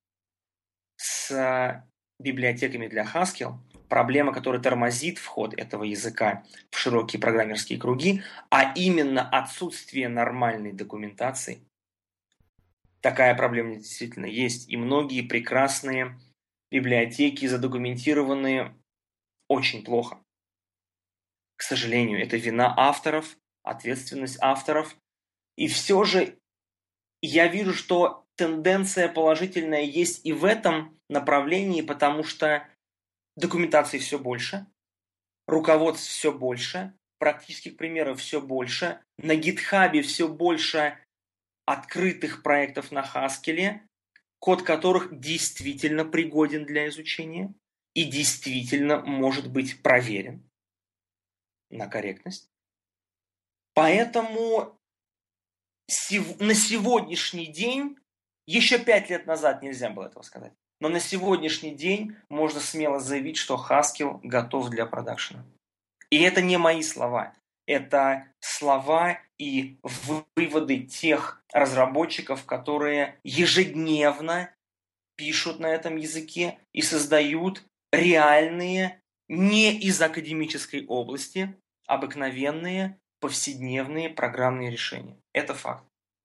Speaker 2: с библиотеками для Haskell, проблема, которая тормозит вход этого языка в широкие программерские круги, а именно отсутствие нормальной документации. Такая проблема действительно есть, и многие прекрасные библиотеки задокументированы очень плохо. К сожалению, это вина авторов, ответственность авторов. И все же я вижу, что тенденция положительная есть и в этом направлении, потому что документации все больше, руководств все больше, практических примеров все больше, на GitHub все больше открытых проектов на Haskell, код которых действительно пригоден для изучения и действительно может быть проверен на корректность. Поэтому на сегодняшний день, еще пять лет назад нельзя было этого сказать, но на сегодняшний день можно смело заявить, что Haskell готов для продакшена. И это не мои слова, это слова и выводы тех разработчиков, которые ежедневно пишут на этом языке и создают реальные, не из академической области, обыкновенные, повседневные программные решения. Это факт.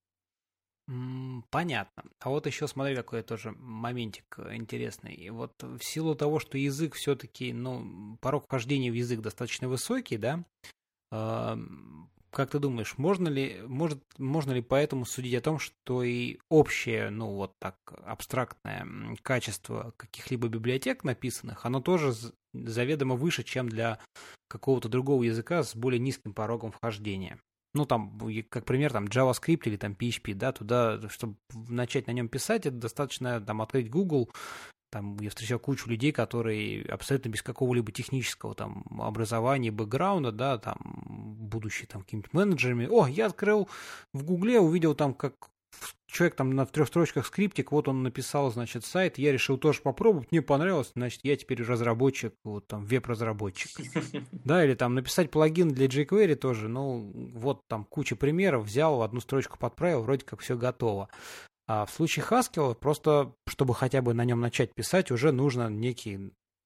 Speaker 1: Понятно. А вот еще смотри, какой тоже моментик интересный. И вот в силу того, что язык все-таки, ну, порог вхождения в язык достаточно высокий, да, э, как ты думаешь, можно ли, может, можно ли поэтому судить о том, что и общее, ну, вот так, абстрактное качество каких-либо библиотек написанных, оно тоже заведомо выше, чем для какого-то другого языка с более низким порогом вхождения? Ну, там, как пример, там, JavaScript или там пи эйч пи, да, туда, чтобы начать на нем писать, это достаточно, там, открыть Google, там, я встречал кучу людей, которые абсолютно без какого-либо технического, там, образования, бэкграунда, да, там, будущие, там, какими-то менеджерами, о, я открыл в Гугле, увидел там, как человек там на трех строчках скриптик, вот он написал, значит, сайт, я решил тоже попробовать, мне понравилось, значит, я теперь разработчик, вот там, веб-разработчик. Да, или там написать плагин для jQuery тоже, ну, вот там куча примеров, взял, одну строчку подправил, вроде как все готово. А в случае Haskell, просто, чтобы хотя бы на нем начать писать, уже нужно некий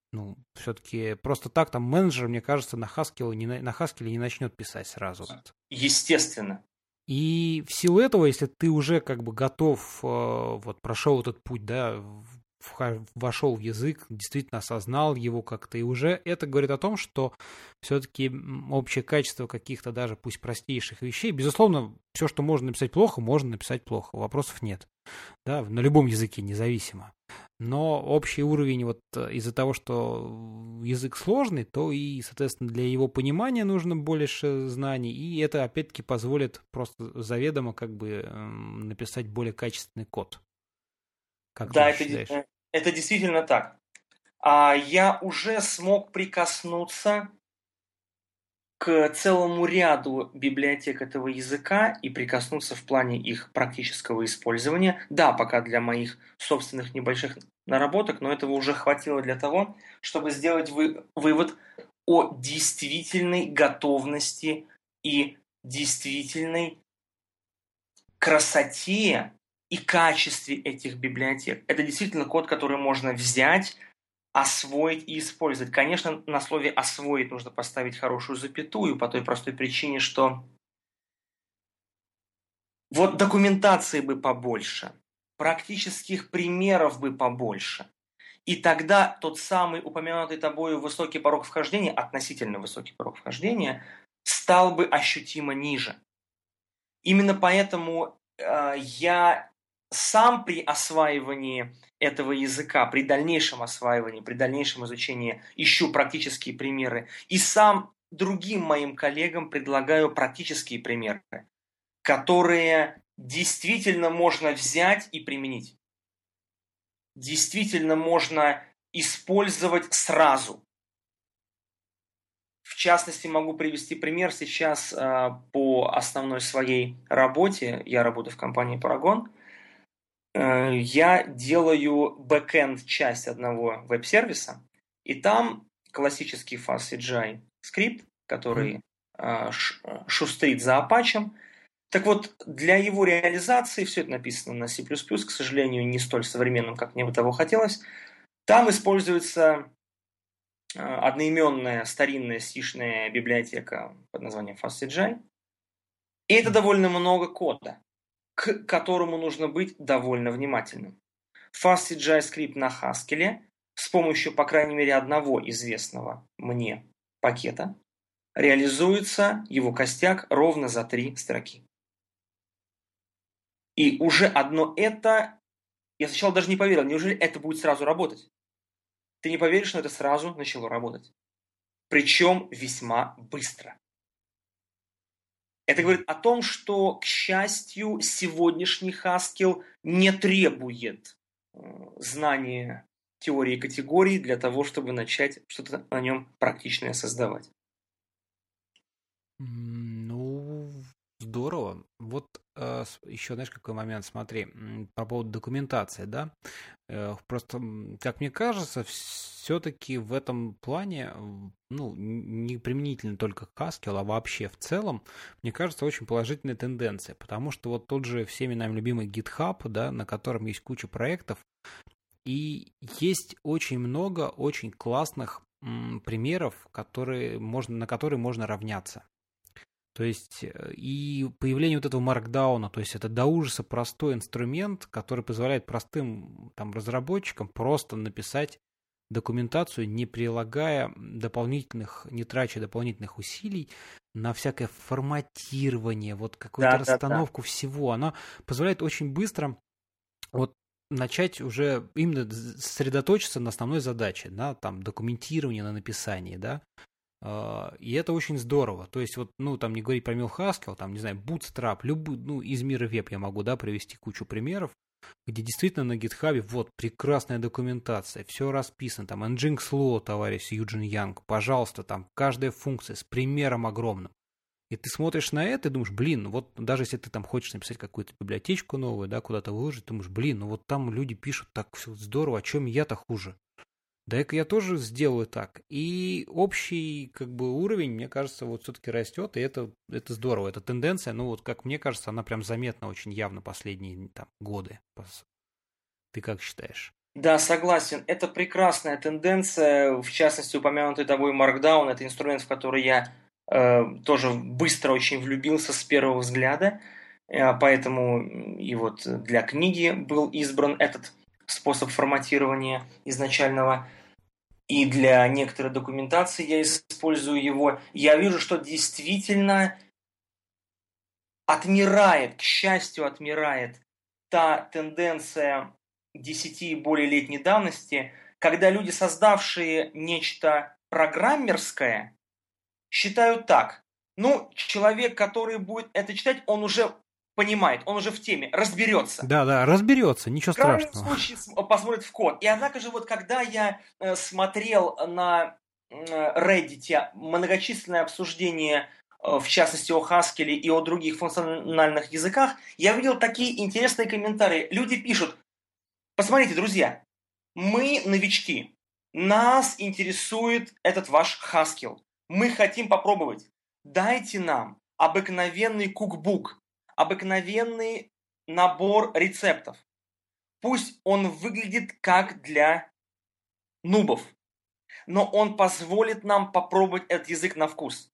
Speaker 1: Ну, все-таки просто так там менеджер, мне кажется, на Haskell не, на Haskell не начнет писать сразу.
Speaker 2: Естественно.
Speaker 1: И в силу этого, если ты уже как бы готов, вот прошел этот путь, да, вошел в язык, действительно осознал его как-то, и уже это говорит о том, что все-таки общее качество каких-то даже пусть простейших вещей, безусловно, все, что можно написать плохо, можно написать плохо, вопросов нет, да, на любом языке независимо. Но общий уровень вот из-за того, что язык сложный, то и, соответственно, для его понимания нужно больше знаний, и это, опять-таки, позволит просто заведомо как бы написать более качественный код. Как
Speaker 2: да,
Speaker 1: ты
Speaker 2: это,
Speaker 1: считаешь?
Speaker 2: это действительно так. А я уже смог прикоснуться к целому ряду библиотек этого языка и прикоснуться в плане их практического использования. Да, пока для моих собственных небольших наработок, но этого уже хватило для того, чтобы сделать вы, вывод о действительной готовности и действительной красоте и качестве этих библиотек. Это действительно код, который можно взять, освоить и использовать. Конечно, на слове «освоить» нужно поставить хорошую запятую по той простой причине, что вот документации бы побольше, практических примеров бы побольше. И тогда тот самый упомянутый тобою высокий порог вхождения, относительно высокий порог вхождения, стал бы ощутимо ниже. Именно поэтому э, я сам при осваивании этого языка, при дальнейшем осваивании, при дальнейшем изучении ищу практические примеры. И сам другим моим коллегам предлагаю практические примеры, которые действительно можно взять и применить. Действительно можно использовать сразу. В частности, могу привести пример сейчас э, по основной своей работе. Я работаю в компании Paragon. Э, я делаю бэкэнд часть одного веб-сервиса, и там классический FastCGI скрипт, который э, шустрит за Apache. Так вот, для его реализации, все это написано на C++, к сожалению, не столь современным, как мне бы того хотелось, там используется одноименная старинная сишная библиотека под названием FastCGI. И это довольно много кода, к которому нужно быть довольно внимательным. FastCGI скрипт на Haskell с помощью, по крайней мере, одного известного мне пакета реализуется его костяк ровно за три строки. И уже одно это, я сначала даже не поверил, неужели это будет сразу работать? Ты не поверишь, но это сразу начало работать. Причем весьма быстро. Это говорит о том, что, к счастью, сегодняшний Haskell не требует знания теории категорий для того, чтобы начать что-то на нем практичное создавать.
Speaker 1: Ну, здорово. Вот э, еще, знаешь, какой момент, смотри, по поводу документации, да? Э, просто, как мне кажется, все-таки в этом плане, ну, не применительно только к Haskell, а вообще в целом, мне кажется, очень положительная тенденция, потому что вот тот же всеми нами любимый GitHub, да, на котором есть куча проектов, и есть очень много очень классных м, примеров, которые можно, на которые можно равняться. То есть и появление вот этого маркдауна, то есть это до ужаса простой инструмент, который позволяет простым там, разработчикам просто написать документацию, не прилагая дополнительных, не трача дополнительных усилий на всякое форматирование, вот какую-то
Speaker 2: Да,
Speaker 1: расстановку
Speaker 2: да, да.
Speaker 1: всего. Она позволяет очень быстро вот начать уже именно сосредоточиться на основной задаче, да, там документирование, на написании, да. И это очень здорово. То есть, вот, ну, там не говорить про Мил Haskell, там, не знаю, Bootstrap, любой, ну, из мира веб я могу, да, привести кучу примеров, где действительно на GitHub вот прекрасная документация, все расписано, там, Nginx Law, товарищ Юджин Янг, пожалуйста, там, каждая функция с примером огромным. И ты смотришь на это и думаешь, блин, вот даже если ты там хочешь написать какую-то библиотечку новую, да, куда-то выложить, ты думаешь, блин, ну вот там люди пишут так все здорово, а чем я-то хуже? Дай-ка я тоже сделаю так. И общий как бы уровень, мне кажется, вот все-таки растет, и это, это здорово. Эта тенденция, ну вот как мне кажется, она прям заметна очень явно последние там годы. Ты как считаешь?
Speaker 2: Да, согласен. Это прекрасная тенденция, в частности, упомянутый тобой Markdown. Это инструмент, в который я э, тоже быстро очень влюбился с первого взгляда. Э, поэтому и вот для книги был избран этот способ форматирования изначального. И для некоторой документации я использую его. Я вижу, что действительно отмирает, к счастью, отмирает та тенденция десяти и более летней давности, когда люди, создавшие нечто программерское, считают так. Ну, человек, который будет это читать, он уже понимает, он уже в теме, разберется.
Speaker 1: Да, да, разберется, ничего
Speaker 2: В крайнем
Speaker 1: страшного.
Speaker 2: случае посмотрит в код. И однако же, вот когда я э, смотрел на э, Reddit многочисленные обсуждения, э, в частности о Haskell и о других функциональных языках, я видел такие интересные комментарии. Люди пишут: посмотрите, друзья, мы новички, нас интересует этот ваш Haskell, мы хотим попробовать. Дайте нам обыкновенный кукбук, обыкновенный набор рецептов. Пусть он выглядит как для нубов, но он позволит нам попробовать этот язык на вкус.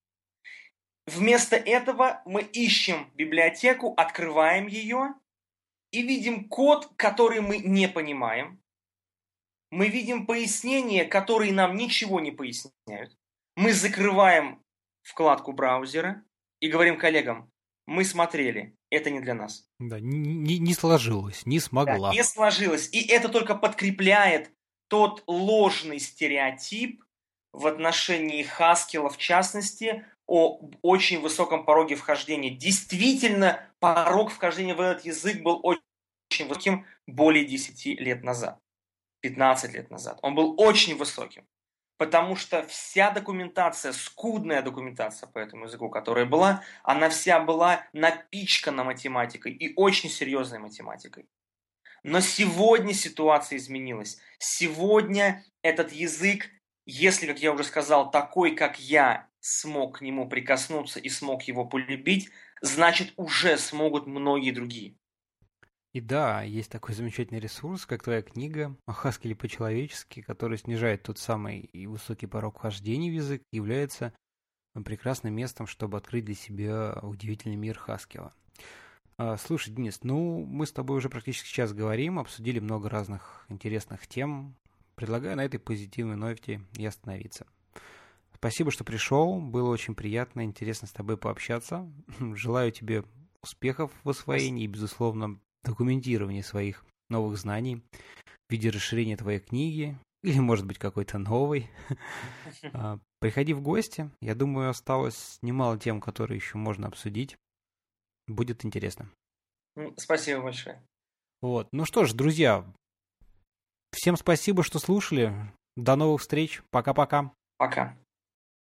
Speaker 2: Вместо этого мы ищем библиотеку, открываем ее и видим код, который мы не понимаем. Мы видим пояснения, которые нам ничего не поясняют. Мы закрываем вкладку браузера и говорим коллегам: мы смотрели, это не для нас.
Speaker 1: Да, не, не сложилось, не смогла.
Speaker 2: Да, не сложилось. И это только подкрепляет тот ложный стереотип в отношении Haskell, в частности, о очень высоком пороге вхождения. Действительно, порог вхождения в этот язык был очень высоким более десяти лет назад, пятнадцать лет назад. Он был очень высоким, потому что вся документация, скудная документация по этому языку, которая была, она вся была напичкана математикой и очень серьезной математикой. Но сегодня ситуация изменилась. Сегодня этот язык, если, как я уже сказал, такой, как я, смог к нему прикоснуться и смог его полюбить, значит, уже смогут многие другие.
Speaker 1: И да, есть такой замечательный ресурс, как твоя книга о Haskell по-человечески, который снижает тот самый и высокий порог вхождения в язык, является прекрасным местом, чтобы открыть для себя удивительный мир Haskell. Слушай, Денис, ну мы с тобой уже практически час говорим, обсудили много разных интересных тем. Предлагаю на этой позитивной ноте и остановиться. Спасибо, что пришел, было очень приятно, интересно с тобой пообщаться. Желаю тебе успехов в освоении и, безусловно, документирования своих новых знаний в виде расширения твоей книги или, может быть, какой-то новой. Приходи в гости. Я думаю, осталось немало тем, которые еще можно обсудить. Будет интересно.
Speaker 2: Спасибо большое.
Speaker 1: Вот. Ну что ж, друзья, всем спасибо, что слушали. До новых встреч. Пока-пока.
Speaker 2: Пока.